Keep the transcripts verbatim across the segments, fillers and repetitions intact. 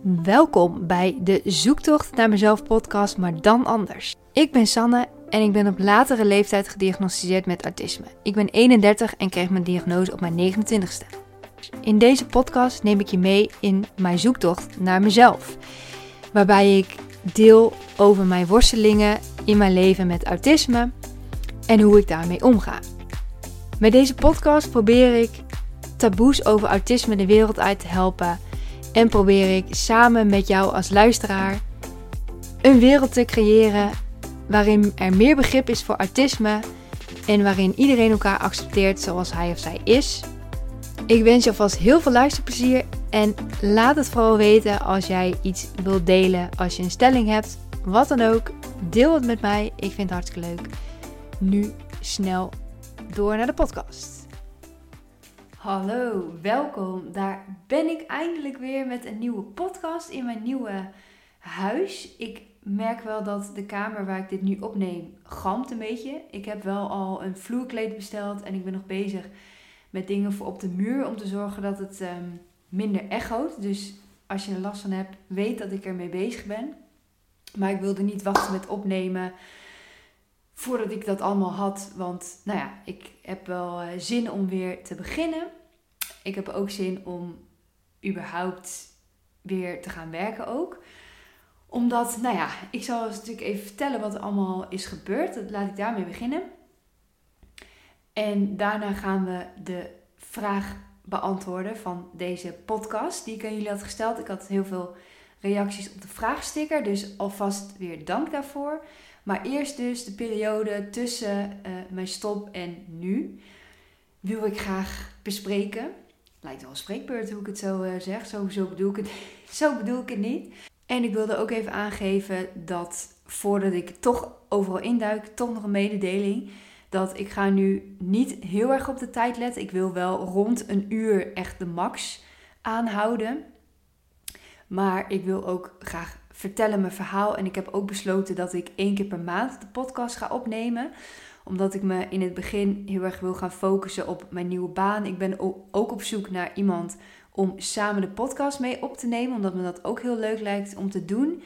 Welkom bij de Zoektocht naar mezelf podcast, maar dan anders. Ik ben Sanne en ik ben op latere leeftijd gediagnosticeerd met autisme. Ik ben eenendertig en kreeg mijn diagnose op mijn negenentwintigste. In deze podcast neem ik je mee in mijn zoektocht naar mezelf. Waarbij ik deel over mijn worstelingen in mijn leven met autisme en hoe ik daarmee omga. Met deze podcast probeer ik taboes over autisme de wereld uit te helpen. En probeer ik samen met jou als luisteraar een wereld te creëren waarin er meer begrip is voor autisme en waarin iedereen elkaar accepteert zoals hij of zij is. Ik wens je alvast heel veel luisterplezier en laat het vooral weten als jij iets wilt delen, als je een stelling hebt, wat dan ook. Deel het met mij, ik vind het hartstikke leuk. Nu snel door naar de podcast. Hallo, welkom. Daar ben ik eindelijk weer met een nieuwe podcast in mijn nieuwe huis. Ik merk wel dat de kamer waar ik dit nu opneem galmt een beetje. Ik heb wel al een vloerkleed besteld en ik ben nog bezig met dingen voor op de muur om te zorgen dat het um, minder echoot. Dus als je er last van hebt, weet dat ik ermee bezig ben. Maar ik wilde niet wachten met opnemen voordat ik dat allemaal had. Want nou ja, ik heb wel uh, zin om weer te beginnen. Ik heb ook zin om überhaupt weer te gaan werken ook. Omdat, nou ja, ik zal eens natuurlijk even vertellen wat er allemaal is gebeurd. Dat laat ik daarmee beginnen. En daarna gaan we de vraag beantwoorden van deze podcast die ik aan jullie had gesteld. Ik had heel veel reacties op de vraagsticker, dus alvast weer dank daarvoor. Maar eerst dus de periode tussen uh, mijn stop en nu wil ik graag bespreken. Lijkt wel een spreekbeurt hoe ik het zo uh, zeg, zo, zo, bedoel ik het, zo bedoel ik het niet. En ik wilde ook even aangeven dat voordat ik toch overal induik, toch nog een mededeling. Dat ik ga nu niet heel erg op de tijd letten. Ik wil wel rond een uur echt de max aanhouden. Maar ik wil ook graag vertellen mijn verhaal. En ik heb ook besloten dat ik één keer per maand de podcast ga opnemen. Omdat ik me in het begin heel erg wil gaan focussen op mijn nieuwe baan. Ik ben ook op zoek naar iemand om samen de podcast mee op te nemen. Omdat me dat ook heel leuk lijkt om te doen.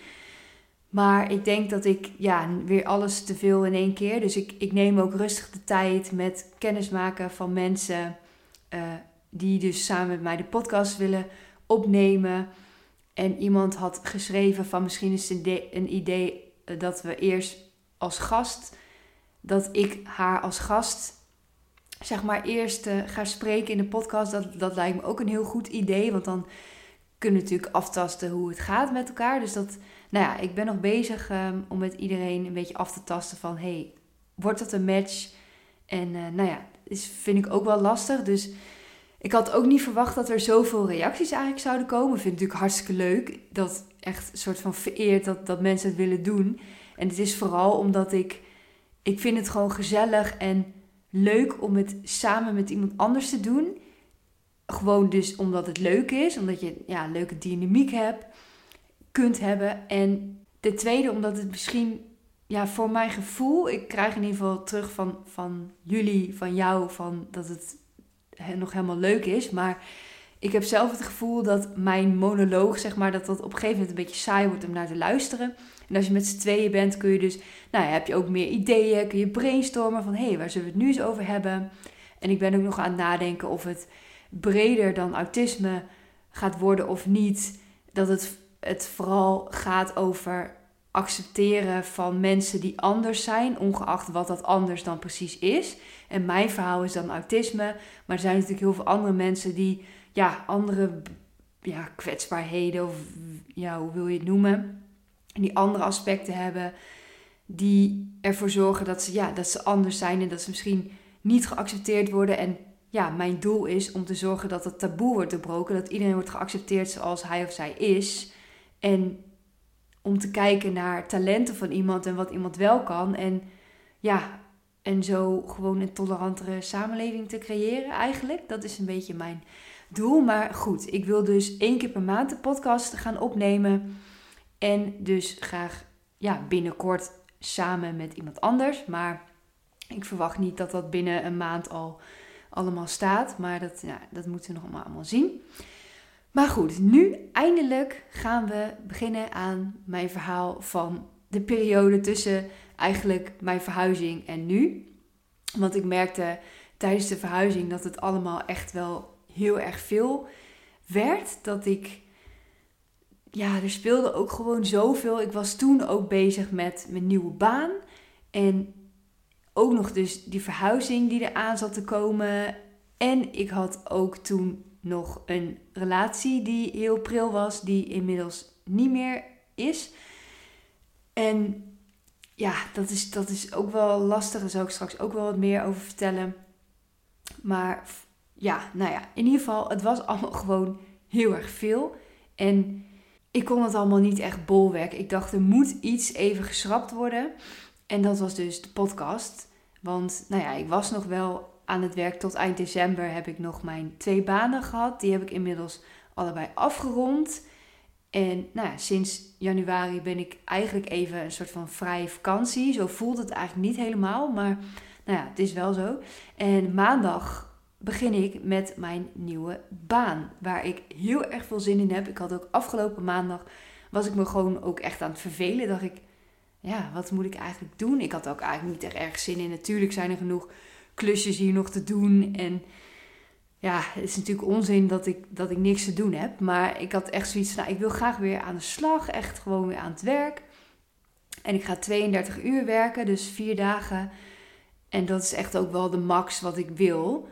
Maar ik denk dat ik ja, weer alles te veel in één keer. Dus ik, ik neem ook rustig de tijd met kennismaken van mensen uh, die dus samen met mij de podcast willen opnemen. En iemand had geschreven van misschien is het een idee dat we eerst als gast, dat ik haar als gast zeg maar eerst uh, ga spreken in de podcast. Dat, dat lijkt me ook een heel goed idee, want dan kunnen we natuurlijk aftasten hoe het gaat met elkaar. Dus dat, nou ja, ik ben nog bezig um, om met iedereen een beetje af te tasten van, hey, wordt dat een match? En uh, nou ja, dat vind ik ook wel lastig. Dus ik had ook niet verwacht dat er zoveel reacties eigenlijk zouden komen. Ik vind het natuurlijk hartstikke leuk. Dat echt een soort van vereerd dat, dat mensen het willen doen. En het is vooral omdat ik, ik vind het gewoon gezellig en leuk om het samen met iemand anders te doen. Gewoon dus omdat het leuk is. Omdat je ja, een leuke dynamiek hebt, kunt hebben. En ten tweede omdat het misschien, ja, voor mijn gevoel, ik krijg in ieder geval terug van, van jullie, van jou, van dat het nog helemaal leuk is. Maar ik heb zelf het gevoel dat mijn monoloog, zeg maar, dat dat op een gegeven moment een beetje saai wordt om naar te luisteren. En als je met z'n tweeën bent, kun je dus, nou ja, heb je ook meer ideeën, kun je brainstormen van, hé, hey, waar zullen we het nu eens over hebben? En ik ben ook nog aan het nadenken of het breder dan autisme gaat worden of niet. Dat het, het vooral gaat over accepteren van mensen die anders zijn, ongeacht wat dat anders dan precies is. En mijn verhaal is dan autisme, maar er zijn natuurlijk heel veel andere mensen die ja, andere ja, kwetsbaarheden of ja, hoe wil je het noemen, die andere aspecten hebben, die ervoor zorgen dat ze, ja, dat ze anders zijn en dat ze misschien niet geaccepteerd worden. En ja, mijn doel is om te zorgen dat het taboe wordt doorbroken, dat iedereen wordt geaccepteerd zoals hij of zij is. En om te kijken naar talenten van iemand en wat iemand wel kan. En ja, en zo gewoon een tolerantere samenleving te creëren eigenlijk. Dat is een beetje mijn doel. Maar goed, ik wil dus één keer per maand de podcast gaan opnemen. En dus graag ja, binnenkort samen met iemand anders. Maar ik verwacht niet dat dat binnen een maand al allemaal staat. Maar dat, ja, dat moeten we nog allemaal zien. Maar goed, nu eindelijk gaan we beginnen aan mijn verhaal van de periode tussen eigenlijk mijn verhuizing en nu. Want ik merkte tijdens de verhuizing dat het allemaal echt wel heel erg veel werd. Dat ik, ja, er speelde ook gewoon zoveel. Ik was toen ook bezig met mijn nieuwe baan. En ook nog dus die verhuizing die eraan zat te komen. En ik had ook toen nog een relatie die heel pril was, die inmiddels niet meer is. En ja, dat is, dat is ook wel lastig. Daar zal ik straks ook wel wat meer over vertellen. Maar ja, nou ja, in ieder geval, het was allemaal gewoon heel erg veel. En ik kon het allemaal niet echt bolwerken. Ik dacht, er moet iets even geschrapt worden. En dat was dus de podcast. Want nou ja, ik was nog wel aan het werk tot eind december. Heb ik nog mijn twee banen gehad. Die heb ik inmiddels allebei afgerond. En nou ja, sinds januari ben ik eigenlijk even een soort van vrije vakantie. Zo voelt het eigenlijk niet helemaal, maar nou ja, het is wel zo. En maandag begin ik met mijn nieuwe baan, waar ik heel erg veel zin in heb. Ik had ook afgelopen maandag, was ik me gewoon ook echt aan het vervelen. Dacht ik, ja, wat moet ik eigenlijk doen? Ik had ook eigenlijk niet echt erg zin in. Natuurlijk zijn er genoeg klusjes hier nog te doen en ja, het is natuurlijk onzin dat ik, dat ik niks te doen heb. Maar ik had echt zoiets van, nou, ik wil graag weer aan de slag. Echt gewoon weer aan het werk. En ik ga tweeëndertig uur werken, dus vier dagen. En dat is echt ook wel de max wat ik wil.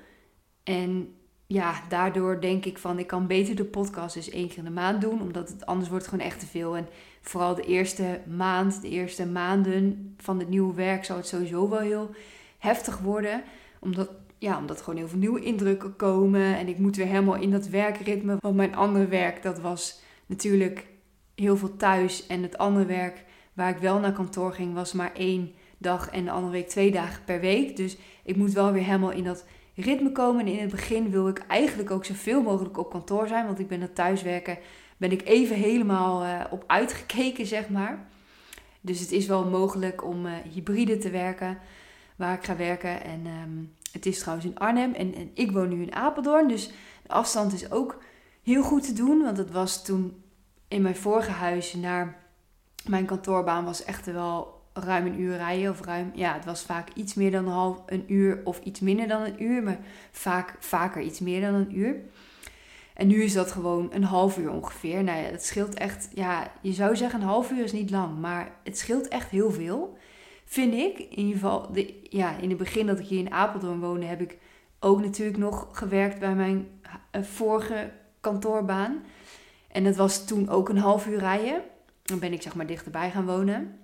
En ja, daardoor denk ik van, ik kan beter de podcast dus één keer in de maand doen. Omdat het anders wordt gewoon echt te veel. En vooral de eerste maand, de eerste maanden van het nieuwe werk zal het sowieso wel heel heftig worden. Omdat... Ja, omdat er gewoon heel veel nieuwe indrukken komen. En ik moet weer helemaal in dat werkritme. Want mijn andere werk, dat was natuurlijk heel veel thuis. En het andere werk waar ik wel naar kantoor ging, was maar één dag. En de andere week twee dagen per week. Dus ik moet wel weer helemaal in dat ritme komen. En in het begin wil ik eigenlijk ook zoveel mogelijk op kantoor zijn. Want ik ben dat thuiswerken, ben ik even helemaal uh, op uitgekeken, zeg maar. Dus het is wel mogelijk om uh, hybride te werken, waar ik ga werken. En um, het is trouwens in Arnhem en, en ik woon nu in Apeldoorn. Dus de afstand is ook heel goed te doen. Want het was toen in mijn vorige huis naar mijn kantoorbaan was echt wel ruim een uur rijden. Of ruim, ja, het was vaak iets meer dan een half een uur of iets minder dan een uur. Maar vaak, vaker iets meer dan een uur. En nu is dat gewoon een half uur ongeveer. Nou ja, het scheelt echt, ja, je zou zeggen een half uur is niet lang. Maar het scheelt echt heel veel. Vind ik, in ieder geval, de, ja, in het begin dat ik hier in Apeldoorn woonde, heb ik ook natuurlijk nog gewerkt bij mijn uh, vorige kantoorbaan. En dat was toen ook een half uur rijden. Dan ben ik zeg maar dichterbij gaan wonen.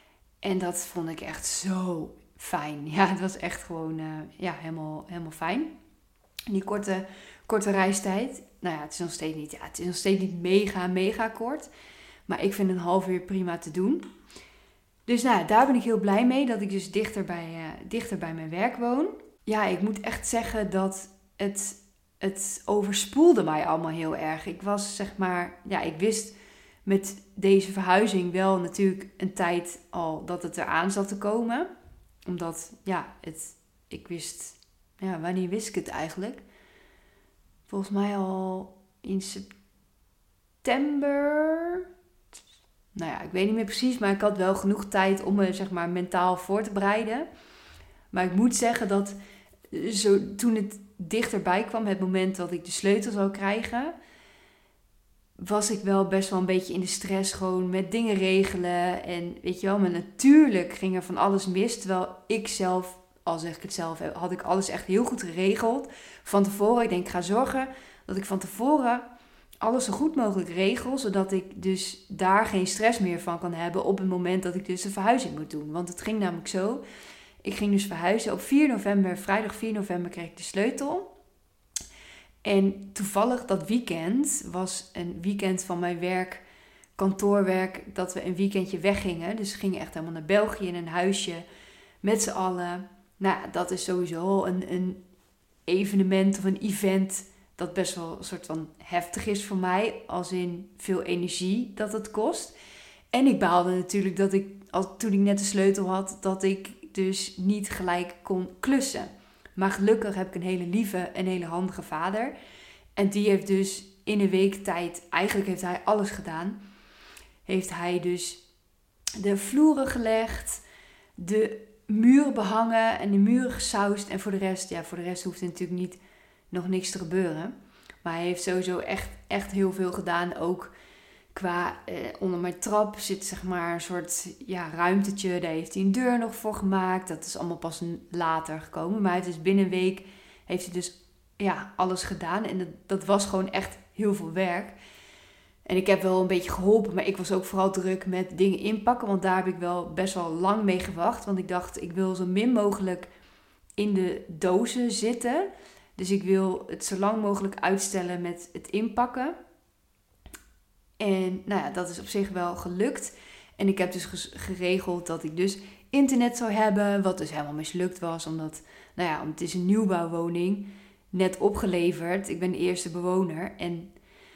En dat vond ik echt zo fijn. Ja, het was echt gewoon uh, ja, helemaal, helemaal fijn. Die korte, korte reistijd. Nou ja, het is nog steeds niet, ja, het is nog steeds niet mega, mega kort. Maar ik vind een half uur prima te doen. Dus nou, daar ben ik heel blij mee, dat ik dus dichter bij, uh, dichter bij mijn werk woon. Ja, ik moet echt zeggen dat het, het overspoelde mij allemaal heel erg. Ik was zeg maar, ja, ik wist met deze verhuizing wel natuurlijk een tijd al dat het eraan zat te komen. Omdat, ja, het, ik wist, ja, wanneer wist ik het eigenlijk? Volgens mij al in september... Nou ja, ik weet niet meer precies, maar ik had wel genoeg tijd om me zeg maar mentaal voor te bereiden. Maar ik moet zeggen dat zo, toen het dichterbij kwam, het moment dat ik de sleutel zou krijgen, was ik wel best wel een beetje in de stress, gewoon met dingen regelen. En weet je wel, maar natuurlijk ging er van alles mis, terwijl ik zelf, al zeg ik het zelf, had ik alles echt heel goed geregeld. Van tevoren, ik denk, ik ga zorgen dat ik van tevoren alles zo goed mogelijk regel, zodat ik dus daar geen stress meer van kan hebben op het moment dat ik dus de verhuizing moet doen. Want het ging namelijk zo, ik ging dus verhuizen op vier november, vrijdag vier november kreeg ik de sleutel. En toevallig dat weekend was een weekend van mijn werk, kantoorwerk, dat we een weekendje weggingen. Dus we gingen echt helemaal naar België in een huisje met z'n allen. Nou, dat is sowieso een, een evenement of een event dat best wel een soort van heftig is voor mij. Als in veel energie dat het kost. En ik baalde natuurlijk dat ik, al, toen ik net de sleutel had, dat ik dus niet gelijk kon klussen. Maar gelukkig heb ik een hele lieve en hele handige vader. En die heeft dus in een week tijd, eigenlijk heeft hij alles gedaan. Heeft hij dus de vloeren gelegd, de muren behangen en de muren gesausd. En voor de rest, ja, voor de rest hoeft er natuurlijk niet nog niks te gebeuren. Maar hij heeft sowieso echt, echt heel veel gedaan. Ook qua eh, onder mijn trap zit zeg maar een soort ja, ruimtetje. Daar heeft hij een deur nog voor gemaakt. Dat is allemaal pas later gekomen. Maar het is binnen een week heeft hij dus ja, alles gedaan. En dat, dat was gewoon echt heel veel werk. En ik heb wel een beetje geholpen. Maar ik was ook vooral druk met dingen inpakken. Want daar heb ik wel best wel lang mee gewacht. Want ik dacht, ik wil zo min mogelijk in de dozen zitten. Dus ik wil het zo lang mogelijk uitstellen met het inpakken. En nou ja, dat is op zich wel gelukt. En ik heb dus geregeld dat ik dus internet zou hebben. Wat dus helemaal mislukt was. Omdat, nou ja, het is een nieuwbouwwoning. Net opgeleverd. Ik ben de eerste bewoner. En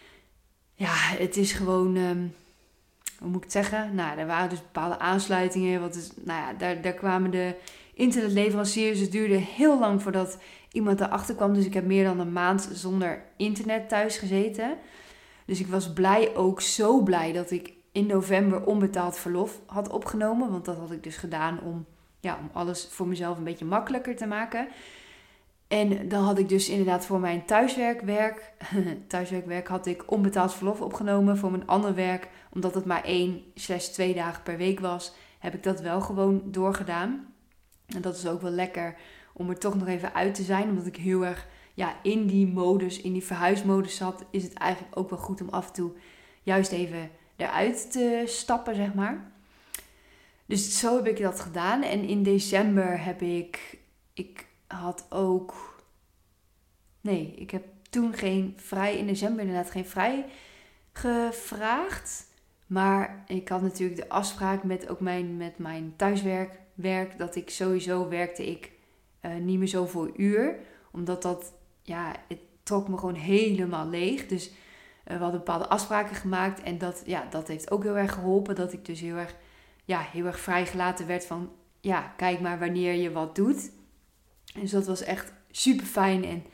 ja, het is gewoon... Um, hoe moet ik het zeggen? Nou, er waren dus bepaalde aansluitingen. Wat is, nou ja, daar, daar kwamen de internetleveranciers. Het duurde heel lang voordat iemand erachter kwam. Dus ik heb meer dan een maand zonder internet thuis gezeten. Dus ik was blij, ook zo blij, dat ik in november onbetaald verlof had opgenomen. Want dat had ik dus gedaan om, ja, om alles voor mezelf een beetje makkelijker te maken. En dan had ik dus inderdaad voor mijn thuiswerkwerk, thuiswerkwerk had ik onbetaald verlof opgenomen. Voor mijn ander werk, omdat het maar één slash twee dagen per week was, heb ik dat wel gewoon doorgedaan. En dat is ook wel lekker om er toch nog even uit te zijn, omdat ik heel erg ja, in die modus, in die verhuismodus zat, is het eigenlijk ook wel goed om af en toe juist even eruit te stappen, zeg maar. Dus zo heb ik dat gedaan. En in december heb ik, ik had ook, nee, ik heb toen geen vrij, in december inderdaad geen vrij gevraagd. Maar ik had natuurlijk de afspraak met ook mijn, met mijn thuiswerk, werk, dat ik sowieso werkte ik uh, niet meer zoveel uur. Omdat dat, ja, het trok me gewoon helemaal leeg. Dus uh, we hadden bepaalde afspraken gemaakt. En dat, ja, dat heeft ook heel erg geholpen. Dat ik dus heel erg, ja, heel erg vrijgelaten werd van, ja, kijk maar wanneer je wat doet. Dus dat was echt super fijn. En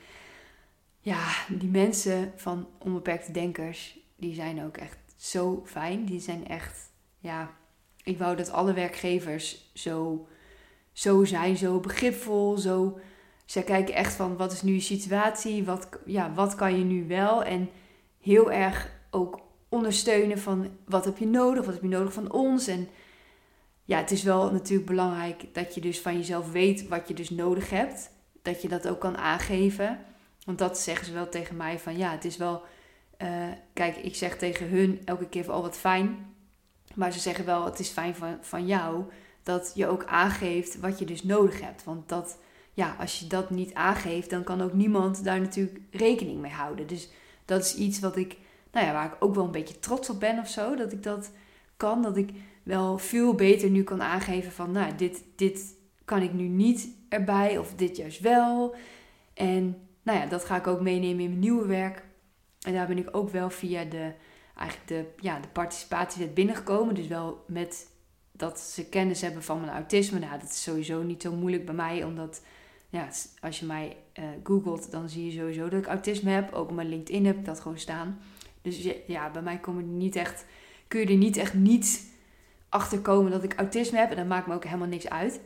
ja, die mensen van Onbeperkte Denkers, die zijn ook echt zo fijn. Die zijn echt, ja, ik wou dat alle werkgevers zo, zo zijn, zo begripvol, zo... Zij kijken echt van, wat is nu je situatie? Wat, ja, wat kan je nu wel? En heel erg ook ondersteunen van, wat heb je nodig? Wat heb je nodig van ons? En ja, het is wel natuurlijk belangrijk dat je dus van jezelf weet wat je dus nodig hebt. Dat je dat ook kan aangeven. Want dat zeggen ze wel tegen mij van, ja, het is wel... Uh, kijk, ik zeg tegen hun elke keer van, oh, wat fijn. Maar ze zeggen wel, het is fijn van, van jou dat je ook aangeeft wat je dus nodig hebt. Want dat... Ja, als je dat niet aangeeft, dan kan ook niemand daar natuurlijk rekening mee houden. Dus dat is iets wat ik, nou ja, waar ik ook wel een beetje trots op ben of zo. Dat ik dat kan, dat ik wel veel beter nu kan aangeven van, nou, dit, dit kan ik nu niet erbij of dit juist wel. En nou ja, dat ga ik ook meenemen in mijn nieuwe werk. En daar ben ik ook wel via de, eigenlijk de, ja, de participatiewet binnengekomen. Dus wel met dat ze kennis hebben van mijn autisme. Nou, dat is sowieso niet zo moeilijk bij mij, omdat... Ja, als je mij uh, googelt, dan zie je sowieso dat ik autisme heb. Ook op mijn LinkedIn heb ik dat gewoon staan. Dus ja, bij mij kom je niet echt, kun je er niet echt niet achter komen dat ik autisme heb. En dat maakt me ook helemaal niks uit.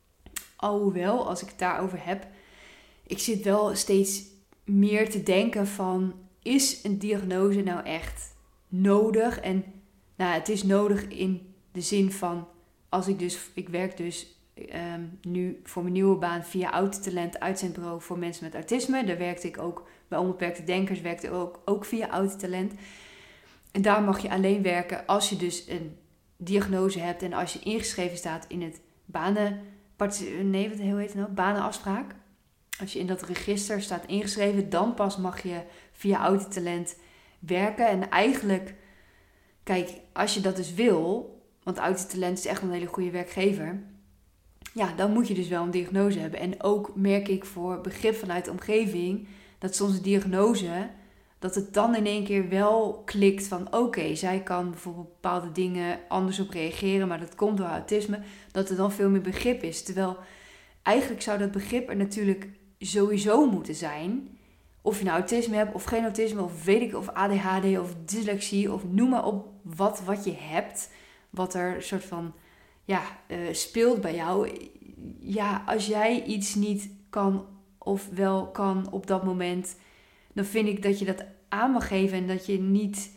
Alhoewel, als ik het daarover heb, ik zit wel steeds meer te denken van, is een diagnose nou echt nodig? En nou, het is nodig in de zin van, als ik dus, ik werk dus... Um, nu voor mijn nieuwe baan via Autotalent uitzendbureau voor mensen met autisme. Daar werkte ik ook bij Onbeperkte Denkers, werkte ik ook, ook via Autotalent. En daar mag je alleen werken als je dus een diagnose hebt en als je ingeschreven staat in het banen, nee, wat heet het nou? banenafspraak. Als je in dat register staat ingeschreven, dan pas mag je via Autotalent werken. En eigenlijk, kijk, als je dat dus wil, want Autotalent is echt een hele goede werkgever... Ja, dan moet je dus wel een diagnose hebben. En ook merk ik voor begrip vanuit de omgeving, dat soms de diagnose, dat het dan in één keer wel klikt van, oké, okay, zij kan bijvoorbeeld bepaalde dingen anders op reageren, maar dat komt door autisme, dat er dan veel meer begrip is. Terwijl eigenlijk zou dat begrip er natuurlijk sowieso moeten zijn of je nou autisme hebt of geen autisme, of weet ik, of A D H D of dyslexie, of noem maar op wat, wat je hebt, wat er een soort van ja, uh, speelt bij jou. Ja, als jij iets niet kan of wel kan op dat moment, dan vind ik dat je dat aan mag geven en dat je niet...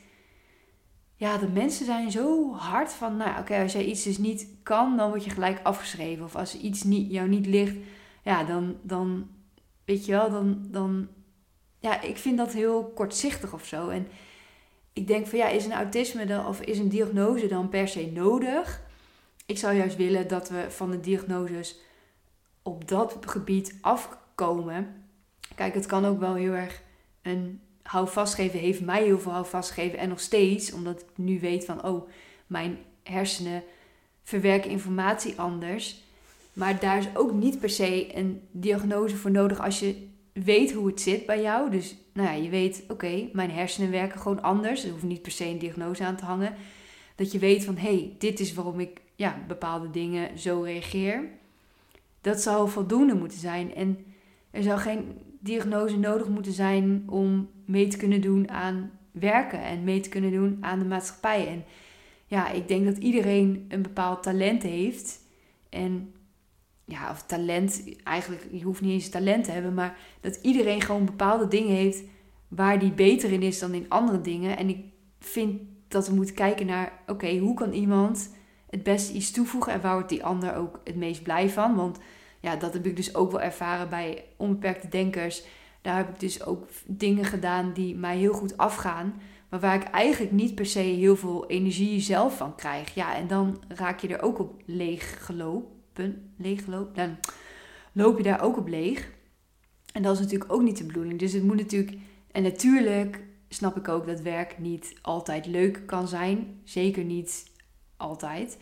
Ja, de mensen zijn zo hard van, nou oké, okay, als jij iets dus niet kan, dan word je gelijk afgeschreven. Of als iets niet, jou niet ligt, ja, dan, dan weet je wel, dan, dan... Ja, ik vind dat heel kortzichtig of zo. En ik denk van, ja, is een autisme dan, of is een diagnose dan per se nodig? Ik zou juist willen dat we van de diagnoses op dat gebied afkomen. Kijk, het kan ook wel heel erg een houvast geven, heeft mij heel veel houvast gegeven. En nog steeds, omdat ik nu weet van, oh, mijn hersenen verwerken informatie anders. Maar daar is ook niet per se een diagnose voor nodig als je weet hoe het zit bij jou. Dus nou ja, je weet, oké, okay, mijn hersenen werken gewoon anders. Er hoeft niet per se een diagnose aan te hangen. Dat je weet van, hé, hey, dit is waarom ik ja, bepaalde dingen zo reageer. Dat zou voldoende moeten zijn. En er zou geen diagnose nodig moeten zijn om mee te kunnen doen aan werken en mee te kunnen doen aan de maatschappij. En ja, ik denk dat iedereen een bepaald talent heeft. En ja, of talent, eigenlijk, je hoeft niet eens talent te hebben, maar dat iedereen gewoon bepaalde dingen heeft waar die beter in is dan in andere dingen. En ik vind dat we moeten kijken naar, oké, okay, hoe kan iemand het beste iets toevoegen en waar wordt die ander ook het meest blij van? Want ja, dat heb ik dus ook wel ervaren bij Onbeperkte Denkers. Daar heb ik dus ook dingen gedaan die mij heel goed afgaan, maar waar ik eigenlijk niet per se heel veel energie zelf van krijg. Ja, en dan raak je er ook op leeg gelopen. Leeg gelopen? Dan loop je daar ook op leeg. En dat is natuurlijk ook niet de bedoeling. Dus het moet natuurlijk... En natuurlijk snap ik ook dat werk niet altijd leuk kan zijn. Zeker niet altijd.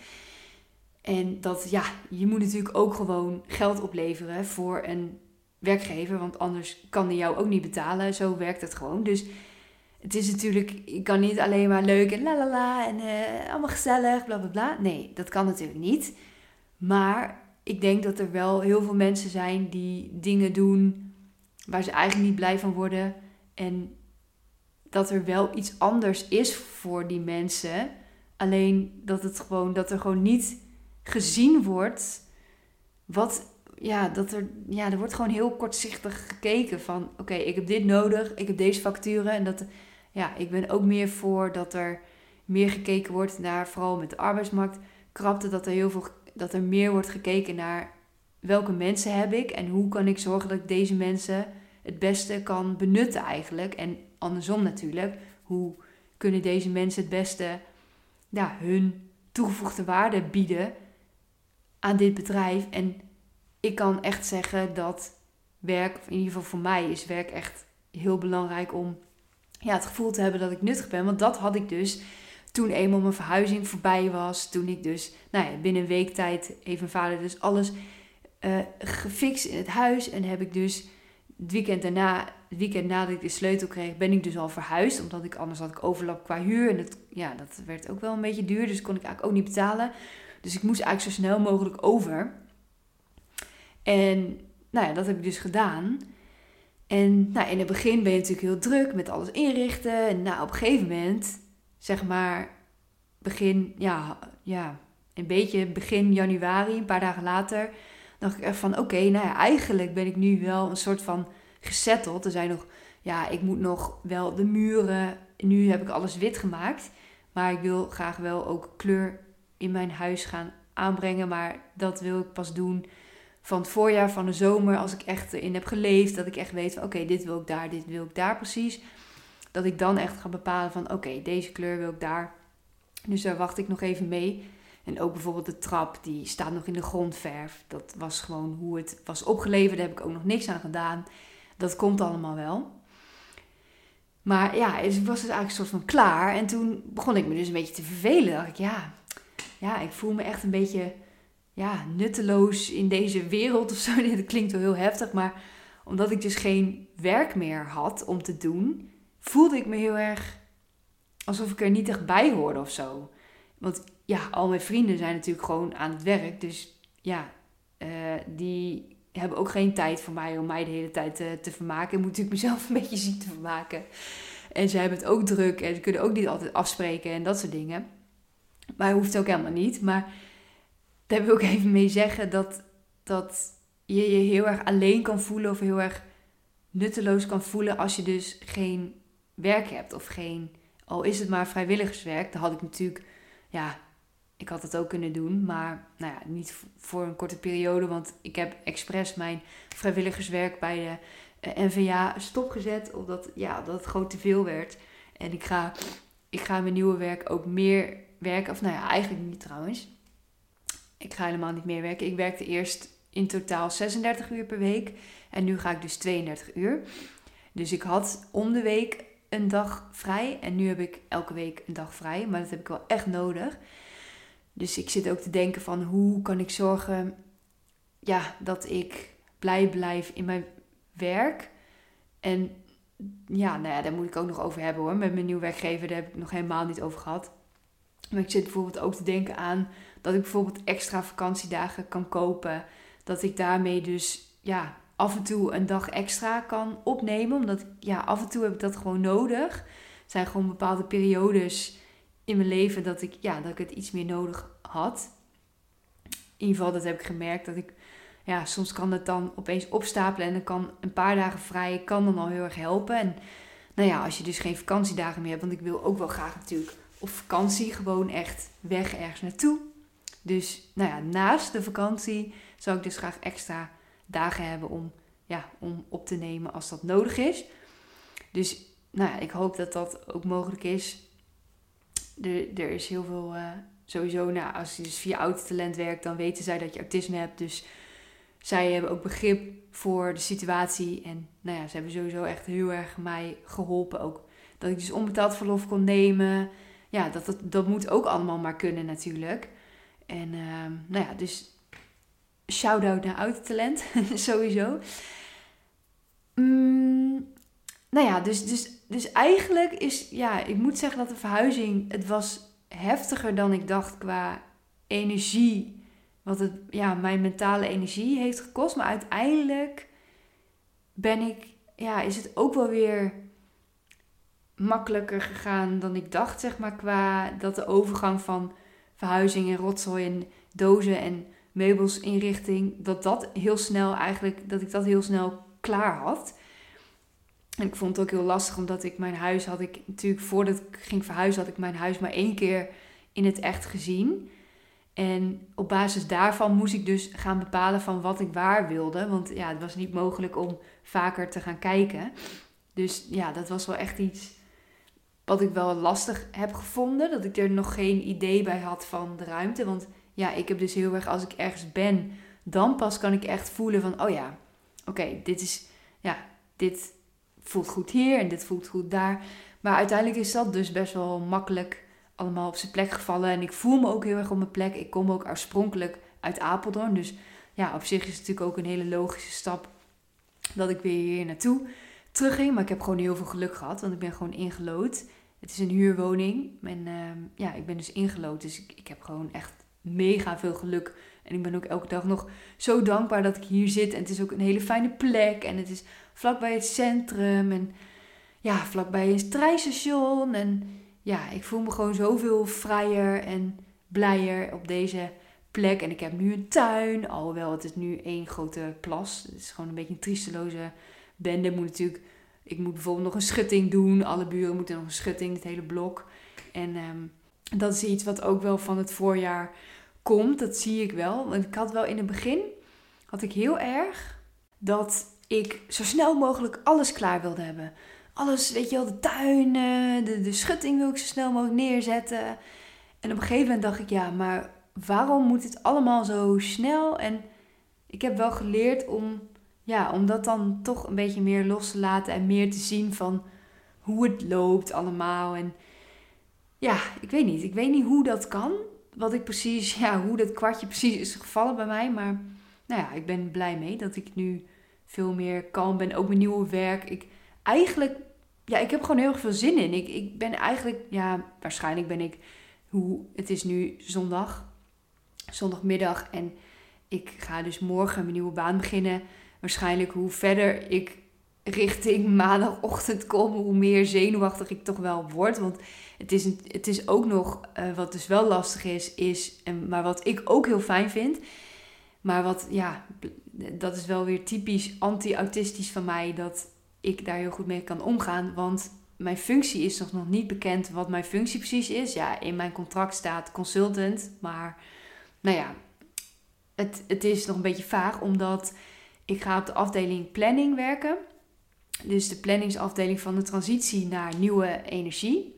En dat, ja, je moet natuurlijk ook gewoon geld opleveren voor een werkgever. Want anders kan die jou ook niet betalen. Zo werkt het gewoon. Dus het is natuurlijk... Je kan niet alleen maar leuk en la la la en uh, allemaal gezellig, bla bla bla. Nee, dat kan natuurlijk niet. Maar ik denk dat er wel heel veel mensen zijn die dingen doen waar ze eigenlijk niet blij van worden. En dat er wel iets anders is voor die mensen. Alleen dat het gewoon, dat er gewoon niet gezien wordt. Wat, ja, dat er, ja, er wordt gewoon heel kortzichtig gekeken van, oké, okay, ik heb dit nodig, ik heb deze facturen. En dat, ja, ik ben ook meer voor dat er meer gekeken wordt naar, vooral met de arbeidsmarktkrapte, dat er heel veel, dat er meer wordt gekeken naar welke mensen heb ik en hoe kan ik zorgen dat ik deze mensen het beste kan benutten eigenlijk. En andersom natuurlijk, hoe kunnen deze mensen het beste ja, hun toegevoegde waarde bieden aan dit bedrijf. En ik kan echt zeggen dat werk, of in ieder geval voor mij is werk echt heel belangrijk om ja, het gevoel te hebben dat ik nuttig ben. Want dat had ik dus toen eenmaal mijn verhuizing voorbij was. Toen ik dus nou ja, binnen een week tijd heeft mijn vader dus alles uh, gefixt in het huis. En heb ik dus het weekend daarna, het weekend nadat ik de sleutel kreeg, ben ik dus al verhuisd. Omdat ik anders had ik overlap qua huur. En dat, ja, dat werd ook wel een beetje duur. Dus kon ik eigenlijk ook niet betalen. Dus ik moest eigenlijk zo snel mogelijk over. En nou ja, dat heb ik dus gedaan. En nou, in het begin ben je natuurlijk heel druk met alles inrichten. En nou, op een gegeven moment, zeg maar begin, ja, ja, een beetje begin januari, een paar dagen later, dacht ik echt van oké, okay, nou ja, eigenlijk ben ik nu wel een soort van gesetteld. Er zijn nog, ja, ik moet nog wel de muren, nu heb ik alles wit gemaakt. Maar ik wil graag wel ook kleur in mijn huis gaan aanbrengen. Maar dat wil ik pas doen van het voorjaar, van de zomer, als ik echt erin heb geleefd. Dat ik echt weet van oké, okay, dit wil ik daar, dit wil ik daar precies. Dat ik dan echt ga bepalen van oké, okay, deze kleur wil ik daar. Dus daar wacht ik nog even mee. En ook bijvoorbeeld de trap, die staat nog in de grondverf. Dat was gewoon hoe het was opgeleverd. Daar heb ik ook nog niks aan gedaan. Dat komt allemaal wel. Maar ja, dus ik was dus eigenlijk een soort van klaar. En toen begon ik me dus een beetje te vervelen. Dacht ik, ja, ja, ik voel me echt een beetje ja, nutteloos in deze wereld of zo. Dat klinkt wel heel heftig, maar omdat ik dus geen werk meer had om te doen, voelde ik me heel erg alsof ik er niet echt bij hoorde of zo. Want ja, al mijn vrienden zijn natuurlijk gewoon aan het werk. Dus ja, uh, die hebben ook geen tijd voor mij om mij de hele tijd te, te vermaken. Ik moet natuurlijk mezelf een beetje zien te vermaken. En zij hebben het ook druk en ze kunnen ook niet altijd afspreken en dat soort dingen. Maar hoeft ook helemaal niet. Maar daar wil ik even mee zeggen dat, dat je je heel erg alleen kan voelen of heel erg nutteloos kan voelen als je dus geen werk hebt of geen, al is het maar vrijwilligerswerk. Dan had ik natuurlijk, ja, ik had het ook kunnen doen, maar nou ja, niet voor een korte periode, want ik heb expres mijn vrijwilligerswerk bij de uh, N V A stopgezet, omdat ja, dat het gewoon te veel werd. En ik ga, ik ga mijn nieuwe werk ook meer werken, of nou ja, eigenlijk niet trouwens. Ik ga helemaal niet meer werken. Ik werkte eerst in totaal zesendertig uur per week en nu ga ik dus tweeëndertig uur. Dus ik had om de week een dag vrij en nu heb ik elke week een dag vrij, maar dat heb ik wel echt nodig. Dus ik zit ook te denken van hoe kan ik zorgen ja, dat ik blij blijf in mijn werk. En ja, nou ja, daar moet ik ook nog over hebben hoor. Met mijn nieuwe werkgever, daar heb ik nog helemaal niet over gehad. Maar ik zit bijvoorbeeld ook te denken aan dat ik bijvoorbeeld extra vakantiedagen kan kopen. Dat ik daarmee dus ja, af en toe een dag extra kan opnemen. Omdat ja, af en toe heb ik dat gewoon nodig. Er zijn gewoon bepaalde periodes in mijn leven dat ik, ja, dat ik het iets meer nodig had. In ieder geval, dat heb ik gemerkt. Dat ik, ja, soms kan het dan opeens opstapelen en dan kan een paar dagen vrij kan dan al heel erg helpen. En nou ja, als je dus geen vakantiedagen meer hebt, want ik wil ook wel graag natuurlijk op vakantie gewoon echt weg ergens naartoe. Dus nou ja, naast de vakantie zou ik dus graag extra dagen hebben om, ja, om op te nemen als dat nodig is. Dus nou ja, ik hoop dat dat ook mogelijk is. Er, er is heel veel, uh, sowieso, nou, als je dus via Autotalent werkt, dan weten zij dat je autisme hebt. Dus zij hebben ook begrip voor de situatie. En nou ja, ze hebben sowieso echt heel erg mij geholpen ook. Dat ik dus onbetaald verlof kon nemen. Ja, dat, dat, dat moet ook allemaal maar kunnen natuurlijk. En uh, nou ja, dus shout-out naar Autotalent, sowieso. Mm, nou ja, dus, dus, dus eigenlijk is, ja, ik moet zeggen dat de verhuizing, het was heftiger dan ik dacht qua energie. Wat het, ja, mijn mentale energie heeft gekost. Maar uiteindelijk ben ik, ja, is het ook wel weer makkelijker gegaan dan ik dacht, zeg maar, qua dat de overgang van verhuizing en rotzooi en dozen en meubels inrichting, dat dat heel snel eigenlijk, dat ik dat heel snel klaar had. En ik vond het ook heel lastig, omdat ik mijn huis had ik natuurlijk, voordat ik ging verhuizen, had ik mijn huis maar één keer in het echt gezien. En op basis daarvan moest ik dus gaan bepalen van wat ik waar wilde. Want ja, het was niet mogelijk om vaker te gaan kijken. Dus ja, dat was wel echt iets wat ik wel lastig heb gevonden. Dat ik er nog geen idee bij had van de ruimte. Want ja, ik heb dus heel erg, als ik ergens ben, dan pas kan ik echt voelen van, oh ja, oké, okay, dit is, ja, dit voelt goed hier en dit voelt goed daar. Maar uiteindelijk is dat dus best wel makkelijk allemaal op zijn plek gevallen. En ik voel me ook heel erg op mijn plek. Ik kom ook oorspronkelijk uit Apeldoorn. Dus ja, op zich is het natuurlijk ook een hele logische stap dat ik weer hier naartoe terugging. Maar ik heb gewoon heel veel geluk gehad, want ik ben gewoon ingelood. Het is een huurwoning. En uh, ja, ik ben dus ingelood. Dus ik, ik heb gewoon echt mega veel geluk. En ik ben ook elke dag nog zo dankbaar dat ik hier zit. En het is ook een hele fijne plek. En het is vlakbij het centrum. En ja, vlakbij een treinstation. En ja, ik voel me gewoon zoveel vrijer en blijer op deze plek. En ik heb nu een tuin. Alhoewel, het is nu één grote plas. Het is gewoon een beetje een triesteloze bende. Moet natuurlijk, ik moet bijvoorbeeld nog een schutting doen. Alle buren moeten nog een schutting, het hele blok. En um, dat is iets wat ook wel van het voorjaar komt. Dat zie ik wel. Want ik had wel in het begin, had ik heel erg dat ik zo snel mogelijk alles klaar wilde hebben. Alles, weet je wel, de tuin, de, de schutting wil ik zo snel mogelijk neerzetten. En op een gegeven moment dacht ik, ja, maar waarom moet het allemaal zo snel? En ik heb wel geleerd om, ja, om dat dan toch een beetje meer los te laten en meer te zien van hoe het loopt allemaal. En ja, ik weet niet. Ik weet niet hoe dat kan. Wat ik precies, ja, hoe dat kwartje precies is gevallen bij mij. Maar nou ja, ik ben blij mee dat ik nu veel meer kalm ben. Ook mijn nieuwe werk. Ik eigenlijk, ja, ik heb gewoon heel erg veel zin in. Ik, ik ben eigenlijk, ja, waarschijnlijk ben ik, hoe, het is nu zondag, zondagmiddag. En ik ga dus morgen mijn nieuwe baan beginnen. Waarschijnlijk hoe verder ik richting maandagochtend kom, hoe meer zenuwachtig ik toch wel word. Want het is, een, het is ook nog, uh, wat dus wel lastig is, is en, maar wat ik ook heel fijn vind. Maar wat, ja, dat is wel weer typisch anti-autistisch van mij, dat ik daar heel goed mee kan omgaan. Want mijn functie is nog, nog niet bekend wat mijn functie precies is. Ja, in mijn contract staat consultant, maar nou ja, het, het is nog een beetje vaag, omdat ik ga op de afdeling planning werken. Dus de planningsafdeling van de transitie naar nieuwe energie.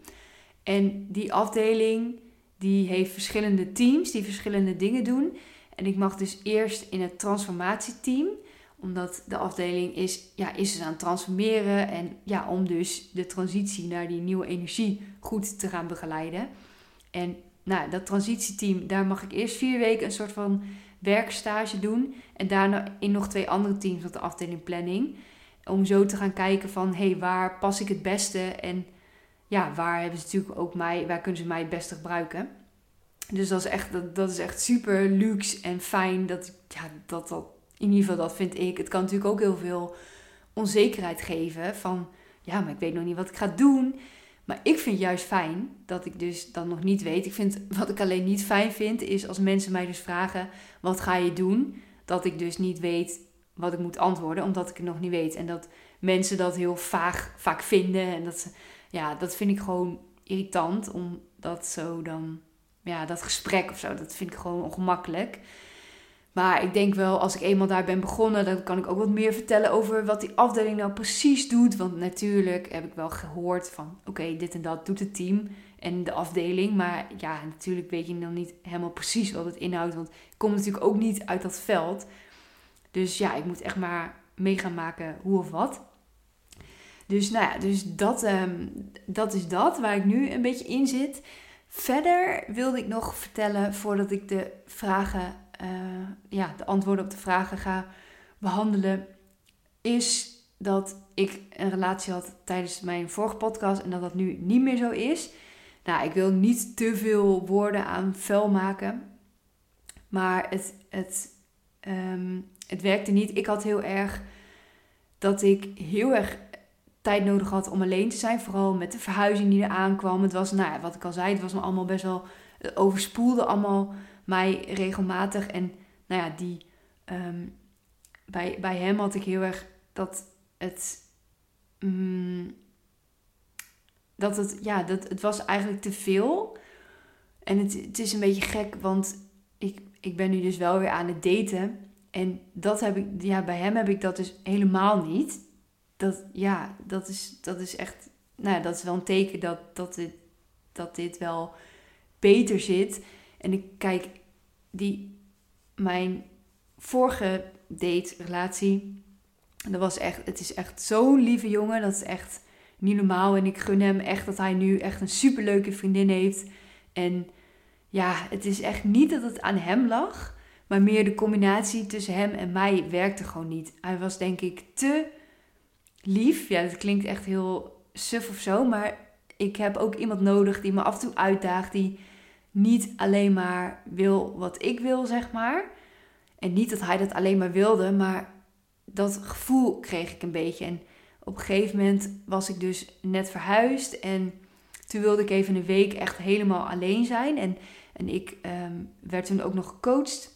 En die afdeling die heeft verschillende teams die verschillende dingen doen. En ik mag dus eerst in het transformatieteam, omdat de afdeling is, ja, is dus aan het transformeren. En ja, om dus de transitie naar die nieuwe energie goed te gaan begeleiden. En nou, dat transitieteam, daar mag ik eerst vier weken een soort van werkstage doen. En daarna in nog twee andere teams op de afdeling planning. Om zo te gaan kijken van, hé, hey, waar pas ik het beste? En ja, waar hebben ze natuurlijk ook mij, waar kunnen ze mij het beste gebruiken? Dus dat is echt, dat, dat is echt super luxe en fijn. Dat, ja, dat, dat, in ieder geval, dat vind ik. Het kan natuurlijk ook heel veel onzekerheid geven. Van, ja, maar ik weet nog niet wat ik ga doen. Maar ik vind juist fijn dat ik dus dan nog niet weet. Ik vind, wat ik alleen niet fijn vind, is als mensen mij dus vragen, wat ga je doen? Dat ik dus niet weet wat ik moet antwoorden, omdat ik het nog niet weet. En dat mensen dat heel vaag vaak vinden. En dat, ze, ja, dat vind ik gewoon irritant, omdat zo dan, ja, dat gesprek of zo, dat vind ik gewoon ongemakkelijk. Maar ik denk wel, als ik eenmaal daar ben begonnen, dan kan ik ook wat meer vertellen over wat die afdeling nou precies doet. Want natuurlijk heb ik wel gehoord van, oké, okay, dit en dat doet het team en de afdeling. Maar ja, natuurlijk weet je dan niet helemaal precies wat het inhoudt. Want ik kom natuurlijk ook niet uit dat veld. Dus ja, ik moet echt maar mee gaan maken hoe of wat. Dus nou ja, dus dat, um, dat is dat waar ik nu een beetje in zit. Verder wilde ik nog vertellen, voordat ik de vragen, uh, ja, de antwoorden op de vragen ga behandelen, is dat ik een relatie had tijdens mijn vorige podcast en dat dat nu niet meer zo is. Nou, ik wil niet te veel woorden aan vuil maken, maar het, het, um, het werkte niet. Ik had heel erg dat ik heel erg tijd nodig had om alleen te zijn. Vooral met de verhuizing die er aankwam. Het was, nou ja, wat ik al zei, het was me allemaal best wel, het overspoelde allemaal mij regelmatig. En nou ja, die, um, bij, bij hem had ik heel erg dat het, um, dat het, ja, dat het was eigenlijk te veel. En het, het is een beetje gek, want ik, ik ben nu dus wel weer aan het daten. En dat heb ik, ja, bij hem heb ik dat dus helemaal niet. Dat, ja, dat is, dat is echt, nou ja, dat is wel een teken dat, dat, dit, dat dit wel beter zit. En ik kijk, die, mijn vorige date, relatie, dat was echt, het is echt zo'n lieve jongen. Dat is echt niet normaal. En ik gun hem echt dat hij nu echt een superleuke vriendin heeft. En ja, het is echt niet dat het aan hem lag, maar meer de combinatie tussen hem en mij werkte gewoon niet. Hij was denk ik te lief. Ja, dat klinkt echt heel suf of zo, maar ik heb ook iemand nodig die me af en toe uitdaagt, die niet alleen maar wil wat ik wil, zeg maar. En niet dat hij dat alleen maar wilde, maar dat gevoel kreeg ik een beetje. En op een gegeven moment was ik dus net verhuisd en toen wilde ik even een week echt helemaal alleen zijn. En, en ik um, werd toen ook nog gecoacht.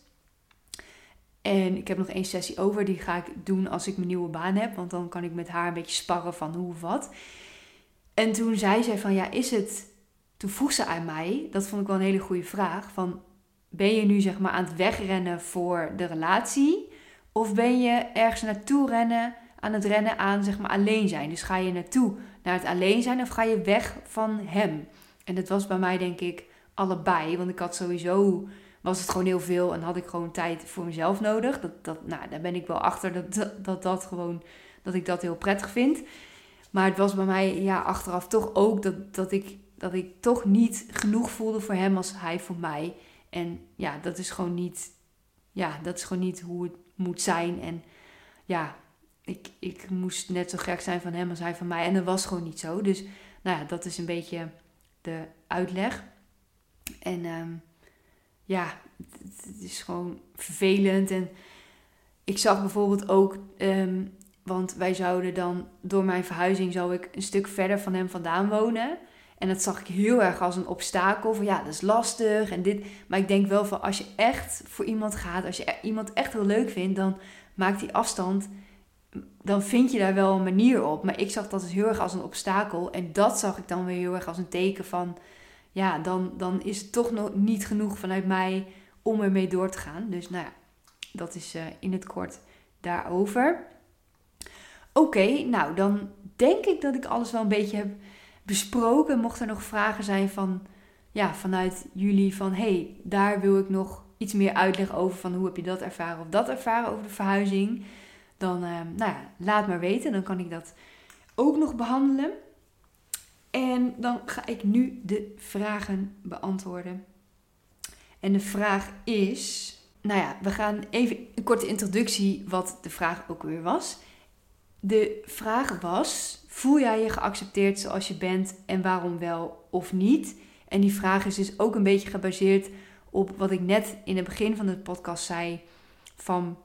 En ik heb nog één sessie over, die ga ik doen als ik mijn nieuwe baan heb. Want dan kan ik met haar een beetje sparren van hoe of wat. En toen zei zij van, ja, is het... Toen vroeg ze aan mij, dat vond ik wel een hele goede vraag, van, ben je nu zeg maar aan het wegrennen voor de relatie? Of ben je ergens naartoe rennen, aan het rennen aan zeg maar alleen zijn? Dus ga je naartoe naar het alleen zijn of ga je weg van hem? En dat was bij mij denk ik allebei, want ik had sowieso, was het gewoon heel veel en had ik gewoon tijd voor mezelf nodig. Dat, dat, nou, daar ben ik wel achter dat, dat, dat, dat gewoon, dat ik dat heel prettig vind. Maar het was bij mij ja, achteraf toch ook dat, dat, ik, dat ik toch niet genoeg voelde voor hem als hij voor mij. En ja, dat is gewoon niet, ja, dat is gewoon niet hoe het moet zijn. En ja, ik, ik moest net zo gek zijn van hem als hij van mij. En dat was gewoon niet zo. Dus nou ja, dat is een beetje de uitleg. En um, ja, het, het is gewoon vervelend. En ik zag bijvoorbeeld ook, um, want wij zouden dan, door mijn verhuizing zou ik een stuk verder van hem vandaan wonen. En dat zag ik heel erg als een obstakel. Van ja, dat is lastig en dit. Maar ik denk wel van, als je echt voor iemand gaat, als je iemand echt heel leuk vindt, dan maakt die afstand, dan vind je daar wel een manier op. Maar ik zag dat dus heel erg als een obstakel. En dat zag ik dan weer heel erg als een teken van, ja, dan, dan is het toch nog niet genoeg vanuit mij om ermee door te gaan. Dus nou ja, dat is uh, in het kort daarover. Oké, okay, nou dan denk ik dat ik alles wel een beetje heb besproken. Mocht er nog vragen zijn van, ja, vanuit jullie van, hey, daar wil ik nog iets meer uitleg over van hoe heb je dat ervaren of dat ervaren over de verhuizing. Dan, uh, nou ja, laat maar weten. Dan kan ik dat ook nog behandelen. En dan ga ik nu de vragen beantwoorden. En de vraag is, nou ja, we gaan even een korte introductie wat de vraag ook weer was. De vraag was, voel jij je geaccepteerd zoals je bent en waarom wel of niet? En die vraag is dus ook een beetje gebaseerd op wat ik net in het begin van de podcast zei. Van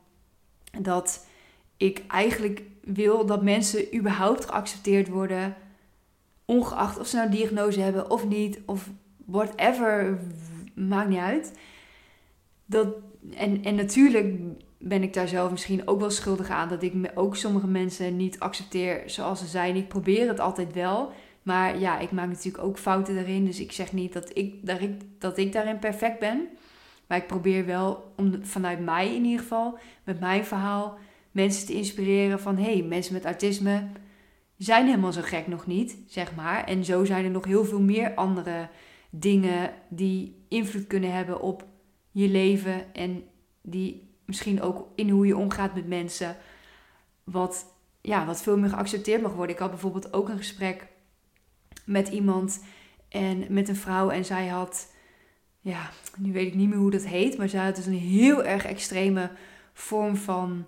dat ik eigenlijk wil dat mensen überhaupt geaccepteerd worden, ongeacht of ze nou een diagnose hebben of niet, of whatever, maakt niet uit. Dat, en, en natuurlijk ben ik daar zelf misschien ook wel schuldig aan, dat ik ook sommige mensen niet accepteer zoals ze zijn. Ik probeer het altijd wel, maar ja, ik maak natuurlijk ook fouten daarin. Dus ik zeg niet dat ik, dat ik, dat ik daarin perfect ben. Maar ik probeer wel om vanuit mij in ieder geval, met mijn verhaal, mensen te inspireren van, hé, hey, mensen met autisme zijn helemaal zo gek nog niet, zeg maar. En zo zijn er nog heel veel meer andere dingen die invloed kunnen hebben op je leven en die misschien ook in hoe je omgaat met mensen, wat, ja, wat veel meer geaccepteerd mag worden. Ik had bijvoorbeeld ook een gesprek met iemand en met een vrouw en zij had, ja, nu weet ik niet meer hoe dat heet, maar zij had dus een heel erg extreme vorm van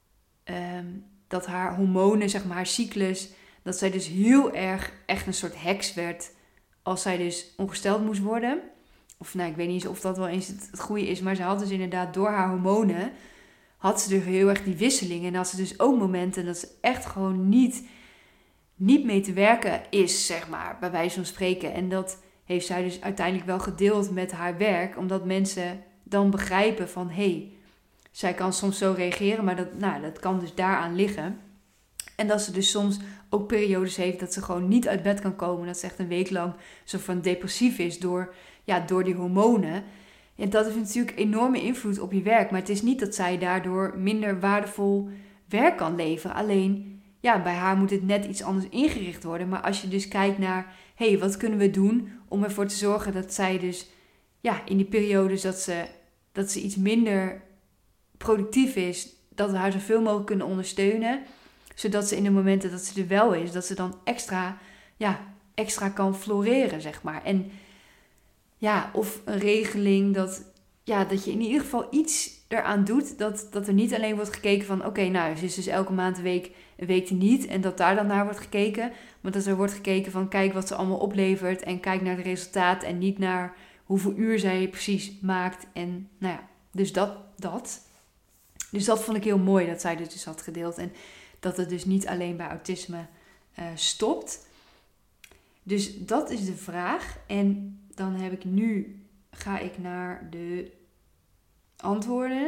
um, dat haar hormonen, zeg maar, haar cyclus, dat zij dus heel erg echt een soort heks werd als zij dus ongesteld moest worden. Of nou, ik weet niet of dat wel eens het, het goede is, maar ze had dus inderdaad door haar hormonen, had ze dus heel erg die wisselingen. En had ze dus ook momenten dat ze echt gewoon niet, niet mee te werken is, zeg maar, bij wijze van spreken. En dat heeft zij dus uiteindelijk wel gedeeld met haar werk, omdat mensen dan begrijpen van, hé, hey, zij kan soms zo reageren, maar dat, nou, dat kan dus daaraan liggen. En dat ze dus soms ook periodes heeft dat ze gewoon niet uit bed kan komen. Dat ze echt een week lang zo van depressief is door, ja, door die hormonen. En dat heeft natuurlijk enorme invloed op je werk. Maar het is niet dat zij daardoor minder waardevol werk kan leveren. Alleen, ja, bij haar moet het net iets anders ingericht worden. Maar als je dus kijkt naar, hé, hey, wat kunnen we doen om ervoor te zorgen dat zij dus, ja, in die periodes dat ze, dat ze iets minder productief is, dat we haar zoveel mogelijk kunnen ondersteunen, zodat ze in de momenten dat ze er wel is, dat ze dan extra, ja, extra kan floreren, zeg maar. En ja, of een regeling dat, ja, dat je in ieder geval iets eraan doet, dat, dat er niet alleen wordt gekeken van, oké, okay, nou, ze is dus elke maand een week, een week niet, en dat daar dan naar wordt gekeken, maar dat er wordt gekeken van, kijk wat ze allemaal oplevert en kijk naar het resultaat en niet naar hoeveel uur zij precies maakt. En nou ja, dus dat, dat. Dus dat vond ik heel mooi dat zij dit dus had gedeeld. En dat het dus niet alleen bij autisme uh, stopt. Dus dat is de vraag. En dan heb ik nu, ga ik naar de antwoorden.